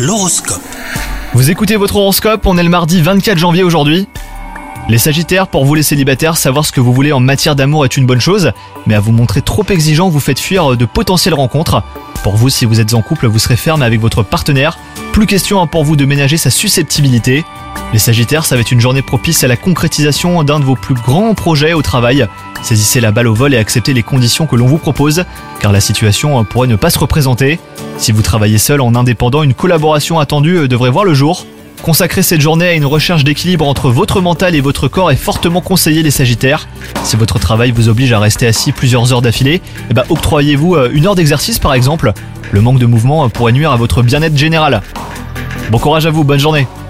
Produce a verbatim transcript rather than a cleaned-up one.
L'horoscope. Vous écoutez votre horoscope, on est le mardi vingt-quatre janvier aujourd'hui. Les Sagittaires, pour vous les célibataires, savoir ce que vous voulez en matière d'amour est une bonne chose, mais à vous montrer trop exigeant, vous faites fuir de potentielles rencontres. Pour vous, si vous êtes en couple, vous serez ferme avec votre partenaire. Plus question pour vous de ménager sa susceptibilité. Les Sagittaires, ça va être une journée propice à la concrétisation d'un de vos plus grands projets au travail. Saisissez la balle au vol et acceptez les conditions que l'on vous propose, car la situation pourrait ne pas se représenter. Si vous travaillez seul en indépendant, une collaboration attendue devrait voir le jour. Consacrer cette journée à une recherche d'équilibre entre votre mental et votre corps est fortement conseillé les Sagittaires. Si votre travail vous oblige à rester assis plusieurs heures d'affilée, eh ben octroyez-vous une heure d'exercice par exemple. Le manque de mouvement pourrait nuire à votre bien-être général. Bon courage à vous, bonne journée.